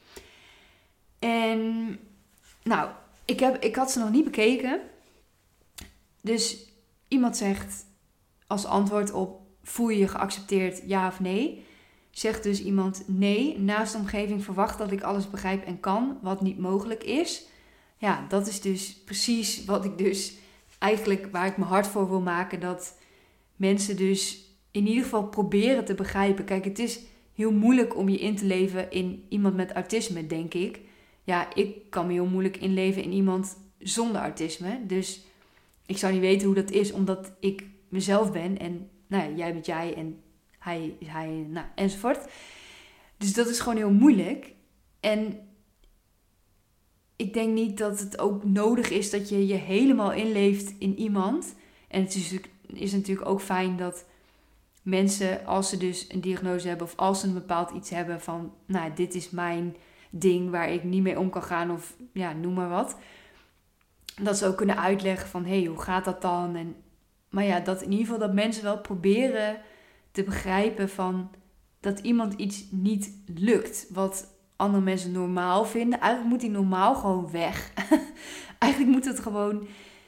En nou, ik, heb, ik had ze nog niet bekeken. Dus iemand zegt als antwoord op, voel je je geaccepteerd, ja of nee? Zegt dus iemand, nee, naast de omgeving verwacht dat ik alles begrijp en kan, wat niet mogelijk is. Ja, dat is dus precies wat ik dus eigenlijk, waar ik me hard voor wil maken, dat mensen dus in ieder geval proberen te begrijpen. Kijk, het is heel moeilijk om je in te leven in iemand met autisme, denk ik. Ja, ik kan me heel moeilijk inleven in iemand zonder autisme. Dus ik zou niet weten hoe dat is, omdat ik mezelf ben en nou ja, jij bent jij en hij is hij, nou, enzovoort. Dus dat is gewoon heel moeilijk. En ik denk niet dat het ook nodig is dat je je helemaal inleeft in iemand. En het is, is natuurlijk ook fijn dat mensen, als ze dus een diagnose hebben of als ze een bepaald iets hebben van, nou, dit is mijn ding waar ik niet mee om kan gaan of ja, noem maar wat. Dat ze ook kunnen uitleggen van, hé, hey, hoe gaat dat dan? En, maar ja, dat in ieder geval dat mensen wel proberen te begrijpen van dat iemand iets niet lukt. Wat andere mensen normaal vinden. Eigenlijk moet die normaal gewoon weg. Eigenlijk moet het gewoon,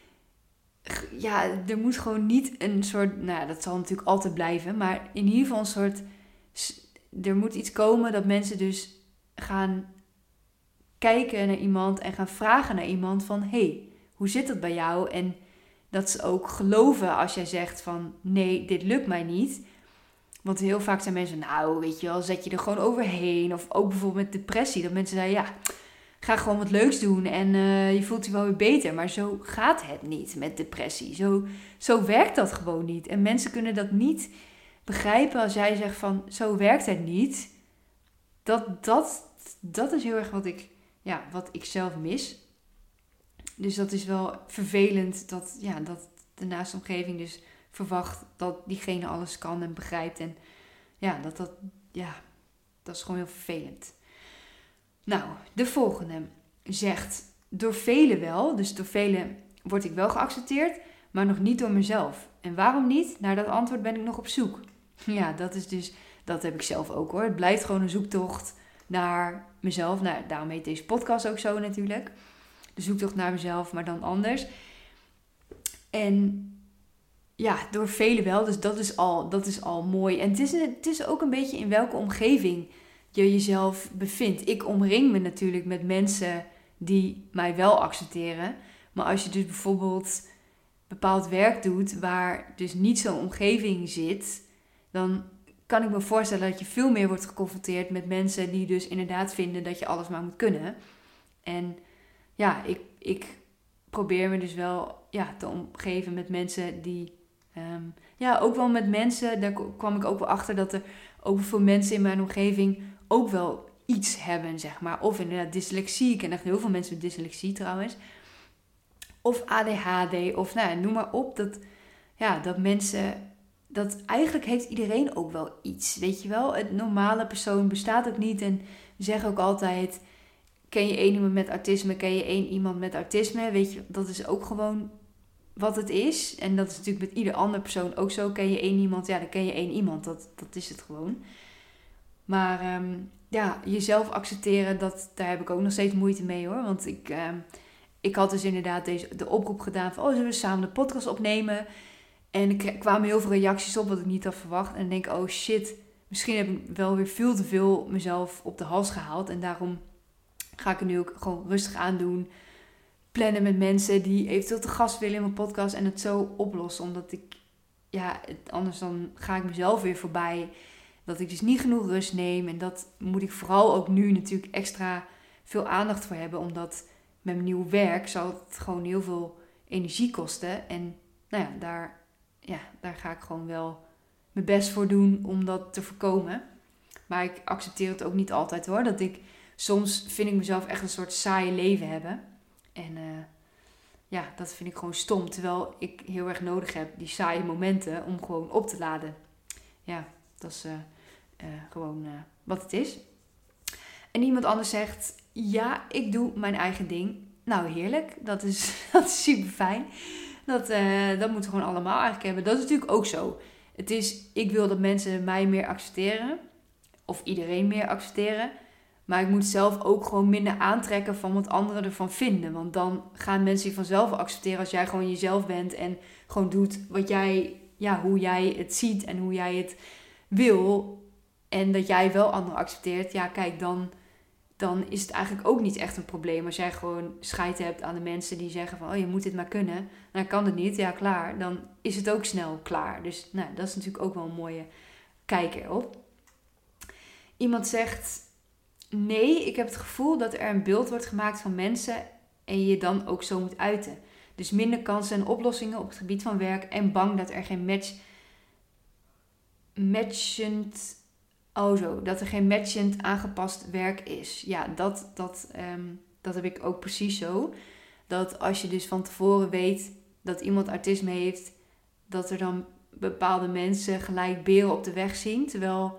ja, er moet gewoon niet een soort, nou, dat zal natuurlijk altijd blijven, maar in ieder geval een soort, er moet iets komen dat mensen dus gaan kijken naar iemand en gaan vragen naar iemand van, hé, hey, hoe zit het bij jou? En dat ze ook geloven als jij zegt van, nee, dit lukt mij niet. Want heel vaak zijn mensen, nou, weet je wel, zet je er gewoon overheen. Of ook bijvoorbeeld met depressie, dat mensen zeggen, ja, ga gewoon wat leuks doen en uh, je voelt je wel weer beter. Maar zo gaat het niet met depressie. Zo, zo werkt dat gewoon niet. En mensen kunnen dat niet begrijpen als jij zegt van, zo werkt het niet. Dat, dat, dat is heel erg wat ik, ja, wat ik zelf mis. Dus dat is wel vervelend dat, ja, dat de naaste omgeving dus verwacht dat diegene alles kan en begrijpt. En ja, dat, dat, ja, dat is gewoon heel vervelend. Nou, de volgende zegt, door velen wel, dus door velen word ik wel geaccepteerd, maar nog niet door mezelf. En waarom niet? Naar dat antwoord ben ik nog op zoek. Ja, dat is dus, dat heb ik zelf ook hoor. Het blijft gewoon een zoektocht naar mezelf. Nou, daarom heet deze podcast ook zo natuurlijk. De zoektocht naar mezelf, maar dan anders. En ja, door velen wel. Dus dat is al, dat is al mooi. En het is, het is ook een beetje in welke omgeving je jezelf bevindt. Ik omring me natuurlijk met mensen die mij wel accepteren. Maar als je dus bijvoorbeeld bepaald werk doet waar dus niet zo'n omgeving zit, dan kan ik me voorstellen dat je veel meer wordt geconfronteerd met mensen die dus inderdaad vinden dat je alles maar moet kunnen. En ja, ik, ik probeer me dus wel ja, te omgeven met mensen die, Um, ja, ook wel met mensen, daar kwam ik ook wel achter dat er ook veel mensen in mijn omgeving ook wel iets hebben, zeg maar. Of inderdaad dyslexie, ik ken echt heel veel mensen met dyslexie trouwens. Of A D H D, of nou ja, noem maar op. Dat, ja, dat mensen, dat eigenlijk heeft iedereen ook wel iets, weet je wel. Het normale persoon bestaat ook niet en we zeggen ook altijd, ken je één iemand met autisme, ken je één iemand met autisme, weet je, dat is ook gewoon wat het is. En dat is natuurlijk met ieder andere persoon ook zo. Ken je één iemand, ja, dan ken je één iemand. Dat, dat is het gewoon. Maar um, ja, jezelf accepteren, dat, daar heb ik ook nog steeds moeite mee hoor. Want ik, um, ik had dus inderdaad deze, de oproep gedaan van, oh, zullen we samen de podcast opnemen? En er kwamen heel veel reacties op wat ik niet had verwacht. En dan denk ik, oh shit, misschien heb ik wel weer veel te veel mezelf op de hals gehaald. En daarom ga ik er nu ook gewoon rustig aan doen. Plannen met mensen die eventueel te gast willen in mijn podcast en het zo oplossen. Omdat ik, ja, het, anders dan ga ik mezelf weer voorbij. Dat ik dus niet genoeg rust neem. En dat moet ik vooral ook nu natuurlijk extra veel aandacht voor hebben. Omdat met mijn nieuw werk zal het gewoon heel veel energie kosten. En nou ja, daar, ja, daar ga ik gewoon wel mijn best voor doen om dat te voorkomen. Maar ik accepteer het ook niet altijd hoor. Dat ik, soms vind ik mezelf echt een soort saaie leven hebben. En uh, ja, dat vind ik gewoon stom. Terwijl ik heel erg nodig heb, die saaie momenten, om gewoon op te laden. Ja, dat is uh, uh, gewoon uh, wat het is. En iemand anders zegt, ja, ik doe mijn eigen ding. Nou, heerlijk. Dat is, dat is super fijn. Dat, uh, dat moeten we gewoon allemaal eigenlijk hebben. Dat is natuurlijk ook zo. Het is, ik wil dat mensen mij meer accepteren. Of iedereen meer accepteren. Maar ik moet zelf ook gewoon minder aantrekken van wat anderen ervan vinden. Want dan gaan mensen je vanzelf accepteren als jij gewoon jezelf bent. En gewoon doet wat jij, ja, hoe jij het ziet en hoe jij het wil. En dat jij wel anderen accepteert. Ja, kijk, dan, dan is het eigenlijk ook niet echt een probleem. Als jij gewoon scheid hebt aan de mensen die zeggen van, oh, je moet dit maar kunnen. Nou, kan het niet. Ja, klaar. Dan is het ook snel klaar. Dus nou, dat is natuurlijk ook wel een mooie kijk erop. Iemand zegt, nee, ik heb het gevoel dat er een beeld wordt gemaakt van mensen en je je dan ook zo moet uiten. Dus minder kansen en oplossingen op het gebied van werk en bang dat er geen match, matchend, oh zo, dat er geen matchend aangepast werk is. Ja, dat, dat, um, dat heb ik ook precies zo. Dat als je dus van tevoren weet dat iemand autisme heeft, dat er dan bepaalde mensen gelijk beren op de weg zien. Terwijl,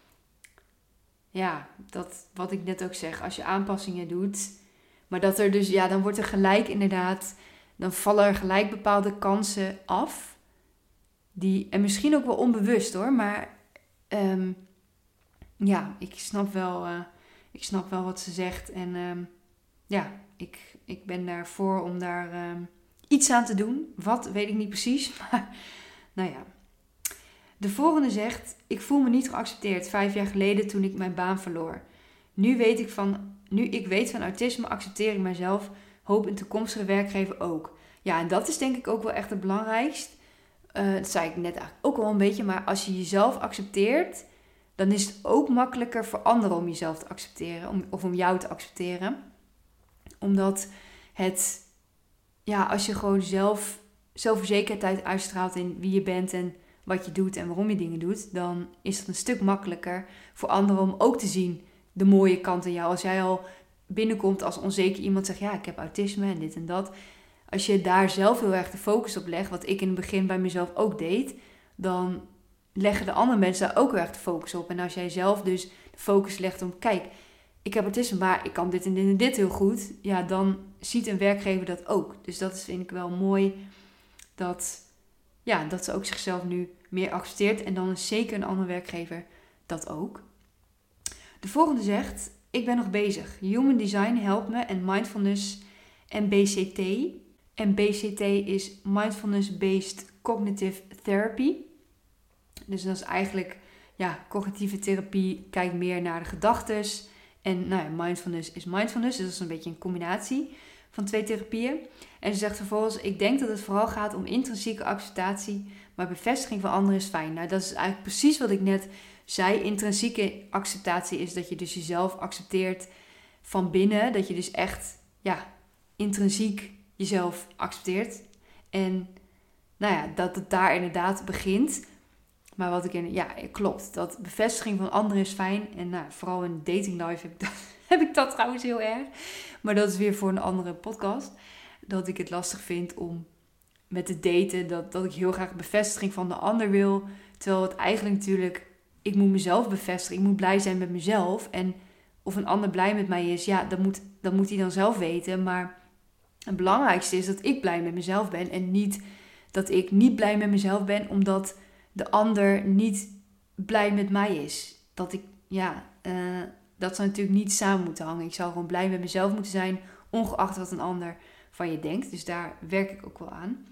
ja, dat wat ik net ook zeg, als je aanpassingen doet, maar dat er dus, ja, dan wordt er gelijk inderdaad, dan vallen er gelijk bepaalde kansen af. Die, en misschien ook wel onbewust hoor, maar um, ja, ik snap wel, uh, ik snap wel wat ze zegt. En um, ja, ik, ik ben daarvoor om daar um, iets aan te doen. Wat, weet ik niet precies, maar nou ja. De volgende zegt, ik voel me niet geaccepteerd vijf jaar geleden toen ik mijn baan verloor. Nu weet ik van, nu ik weet van autisme, accepteer ik mezelf, hoop een toekomstige werkgever ook. Ja, en dat is denk ik ook wel echt het belangrijkst. Uh, dat zei ik net eigenlijk ook wel een beetje, maar als je jezelf accepteert, dan is het ook makkelijker voor anderen om jezelf te accepteren, om, of om jou te accepteren. Omdat het, ja, als je gewoon zelf zelfverzekerdheid uitstraalt in wie je bent en wat je doet en waarom je dingen doet, dan is het een stuk makkelijker voor anderen om ook te zien de mooie kant in jou. Als jij al binnenkomt als onzeker iemand zegt, ja, ik heb autisme en dit en dat. Als je daar zelf heel erg de focus op legt, wat ik in het begin bij mezelf ook deed, dan leggen de andere mensen daar ook heel erg de focus op. En als jij zelf dus de focus legt om, kijk, ik heb autisme, maar ik kan dit en dit en dit heel goed, ja, dan ziet een werkgever dat ook. Dus dat is, vind ik wel mooi, dat, ja, dat ze ook zichzelf nu meer accepteert. En dan is zeker een andere werkgever dat ook. De volgende zegt, ik ben nog bezig. Human Design helpt me en mindfulness en B C T. En B C T is Mindfulness Based Cognitive Therapy. Dus dat is eigenlijk, ja, cognitieve therapie kijkt meer naar de gedachtes. En nou ja, mindfulness is mindfulness. Dus dat is een beetje een combinatie van twee therapieën. En ze zegt vervolgens, ik denk dat het vooral gaat om intrinsieke acceptatie, maar bevestiging van anderen is fijn. Nou, dat is eigenlijk precies wat ik net zei. Intrinsieke acceptatie is dat je dus jezelf accepteert van binnen. Dat je dus echt, ja, intrinsiek jezelf accepteert. En nou ja, dat het daar inderdaad begint. Maar wat ik in, ja, klopt. Dat bevestiging van anderen is fijn. En nou, vooral in dating life heb ik, dat, heb ik dat trouwens heel erg. Maar dat is weer voor een andere podcast. Dat ik het lastig vind om met te daten. Dat, dat ik heel graag bevestiging van de ander wil. Terwijl het eigenlijk natuurlijk, ik moet mezelf bevestigen. Ik moet blij zijn met mezelf. En of een ander blij met mij is, ja, dat moet, dat moet hij dan zelf weten. Maar het belangrijkste is dat ik blij met mezelf ben. En niet dat ik niet blij met mezelf ben omdat de ander niet blij met mij is. Dat ik, ja, uh, dat zou natuurlijk niet samen moeten hangen. Ik zou gewoon blij met mezelf moeten zijn, ongeacht wat een ander van je denkt. Dus daar werk ik ook wel aan.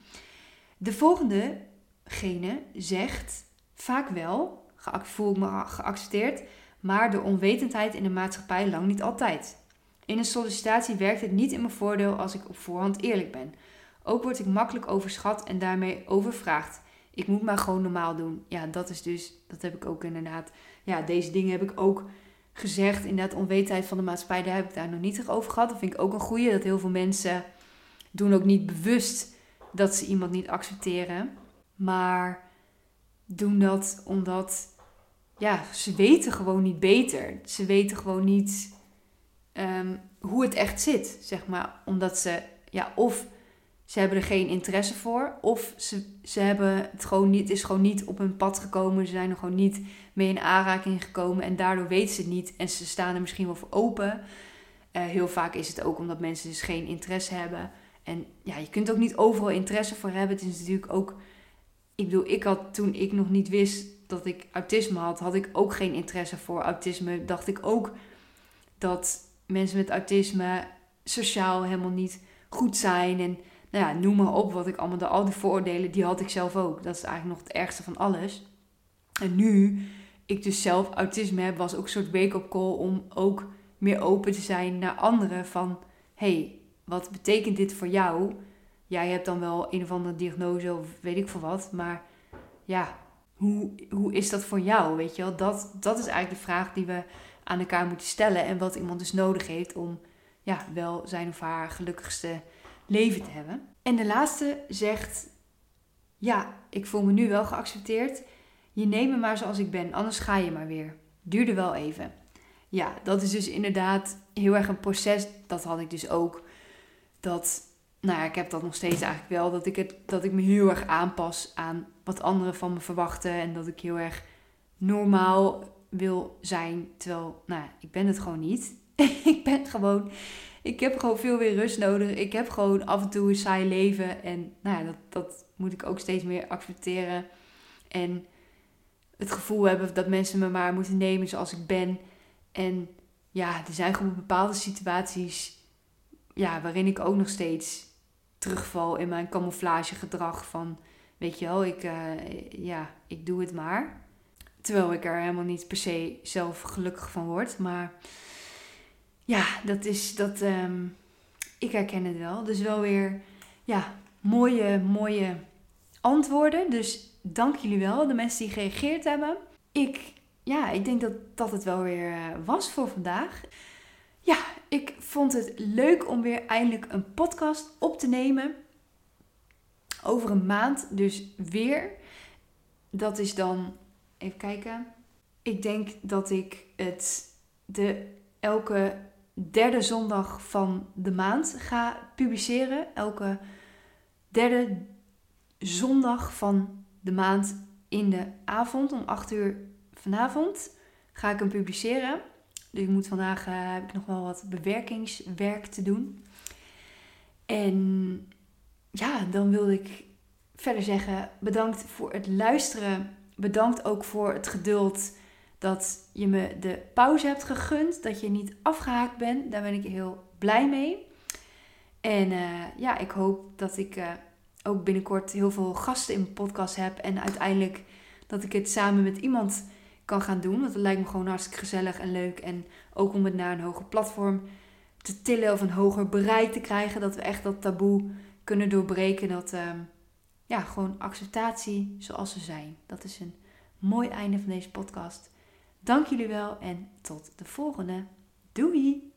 De volgendegene zegt, vaak wel, voel ik me geaccepteerd, maar de onwetendheid in de maatschappij lang niet altijd. In een sollicitatie werkt het niet in mijn voordeel als ik op voorhand eerlijk ben. Ook word ik makkelijk overschat en daarmee overvraagd. Ik moet maar gewoon normaal doen. Ja, dat is dus, dat heb ik ook inderdaad. Ja, deze dingen heb ik ook gezegd. Inderdaad, onwetendheid van de maatschappij, daar heb ik daar nog niet over gehad. Dat vind ik ook een goeie. Dat heel veel mensen doen ook niet bewust dat ze iemand niet accepteren. Maar doen dat omdat, ja, ze weten gewoon niet beter. Ze weten gewoon niet um, hoe het echt zit, zeg maar. Omdat ze, ja, of ze hebben er geen interesse voor. Of ze, ze hebben het gewoon niet, het is gewoon niet op hun pad gekomen. Ze zijn er gewoon niet mee in aanraking gekomen. En daardoor weten ze het niet. En ze staan er misschien wel voor open. Uh, heel vaak is het ook omdat mensen dus geen interesse hebben. En ja, je kunt ook niet overal interesse voor hebben. Het is natuurlijk ook, ik bedoel, ik had toen ik nog niet wist dat ik autisme had, had ik ook geen interesse voor autisme. Dacht ik ook dat mensen met autisme sociaal helemaal niet goed zijn. En nou ja, noem maar op wat ik allemaal, de, al die vooroordelen, die had ik zelf ook. Dat is eigenlijk nog het ergste van alles. En nu ik dus zelf autisme heb, was ook een soort wake-up call om ook meer open te zijn naar anderen. Van, hey, wat betekent dit voor jou? Jij hebt dan wel een of andere diagnose of weet ik veel wat. Maar ja, hoe, hoe is dat voor jou? Weet je wel? Dat, dat is eigenlijk de vraag die we aan elkaar moeten stellen. En wat iemand dus nodig heeft om ja, wel zijn of haar gelukkigste leven te hebben. En de laatste zegt, ja, ik voel me nu wel geaccepteerd. Je neemt me maar zoals ik ben, anders ga je maar weer. Duurde wel even. Ja, dat is dus inderdaad heel erg een proces. Dat had ik dus ook. Dat nou ja, ik heb dat nog steeds eigenlijk wel. Dat ik, het, dat ik me heel erg aanpas aan wat anderen van me verwachten. En dat ik heel erg normaal wil zijn. Terwijl, nou, ik ben het gewoon niet. ik ben gewoon... Ik heb gewoon veel meer rust nodig. Ik heb gewoon af en toe een saai leven. En nou ja, dat, dat moet ik ook steeds meer accepteren. En het gevoel hebben dat mensen me maar moeten nemen zoals ik ben. En ja, er zijn gewoon bepaalde situaties... Ja, waarin ik ook nog steeds terugval in mijn camouflagegedrag. Van, weet je wel, ik, uh, ja, ik doe het maar. Terwijl ik er helemaal niet per se zelf gelukkig van word. Maar... Ja, dat is dat. Um, ik herken het wel. Dus wel weer ja, mooie, mooie antwoorden. Dus dank jullie wel, de mensen die gereageerd hebben. Ik, ja, ik denk dat dat het wel weer uh, was voor vandaag. Ja, ik vond het leuk om weer eindelijk een podcast op te nemen. Over een maand dus weer. Dat is dan, even kijken. Ik denk dat ik het de elke derde zondag van de maand ga publiceren. Elke derde zondag van de maand in de avond, om acht uur vanavond, ga ik hem publiceren. Dus ik moet vandaag, uh, heb ik nog wel wat bewerkingswerk te doen. En ja, dan wilde ik verder zeggen, bedankt voor het luisteren. Bedankt ook voor het geduld dat je me de pauze hebt gegund. Dat je niet afgehaakt bent. Daar ben ik heel blij mee. En uh, ja, ik hoop dat ik uh, ook binnenkort heel veel gasten in mijn podcast heb. En uiteindelijk dat ik het samen met iemand kan gaan doen. Want het lijkt me gewoon hartstikke gezellig en leuk. En ook om het naar een hoger platform te tillen of een hoger bereik te krijgen. Dat we echt dat taboe kunnen doorbreken. Dat uh, ja, gewoon acceptatie zoals ze zijn. Dat is een mooi einde van deze podcast. Dank jullie wel en tot de volgende. Doei!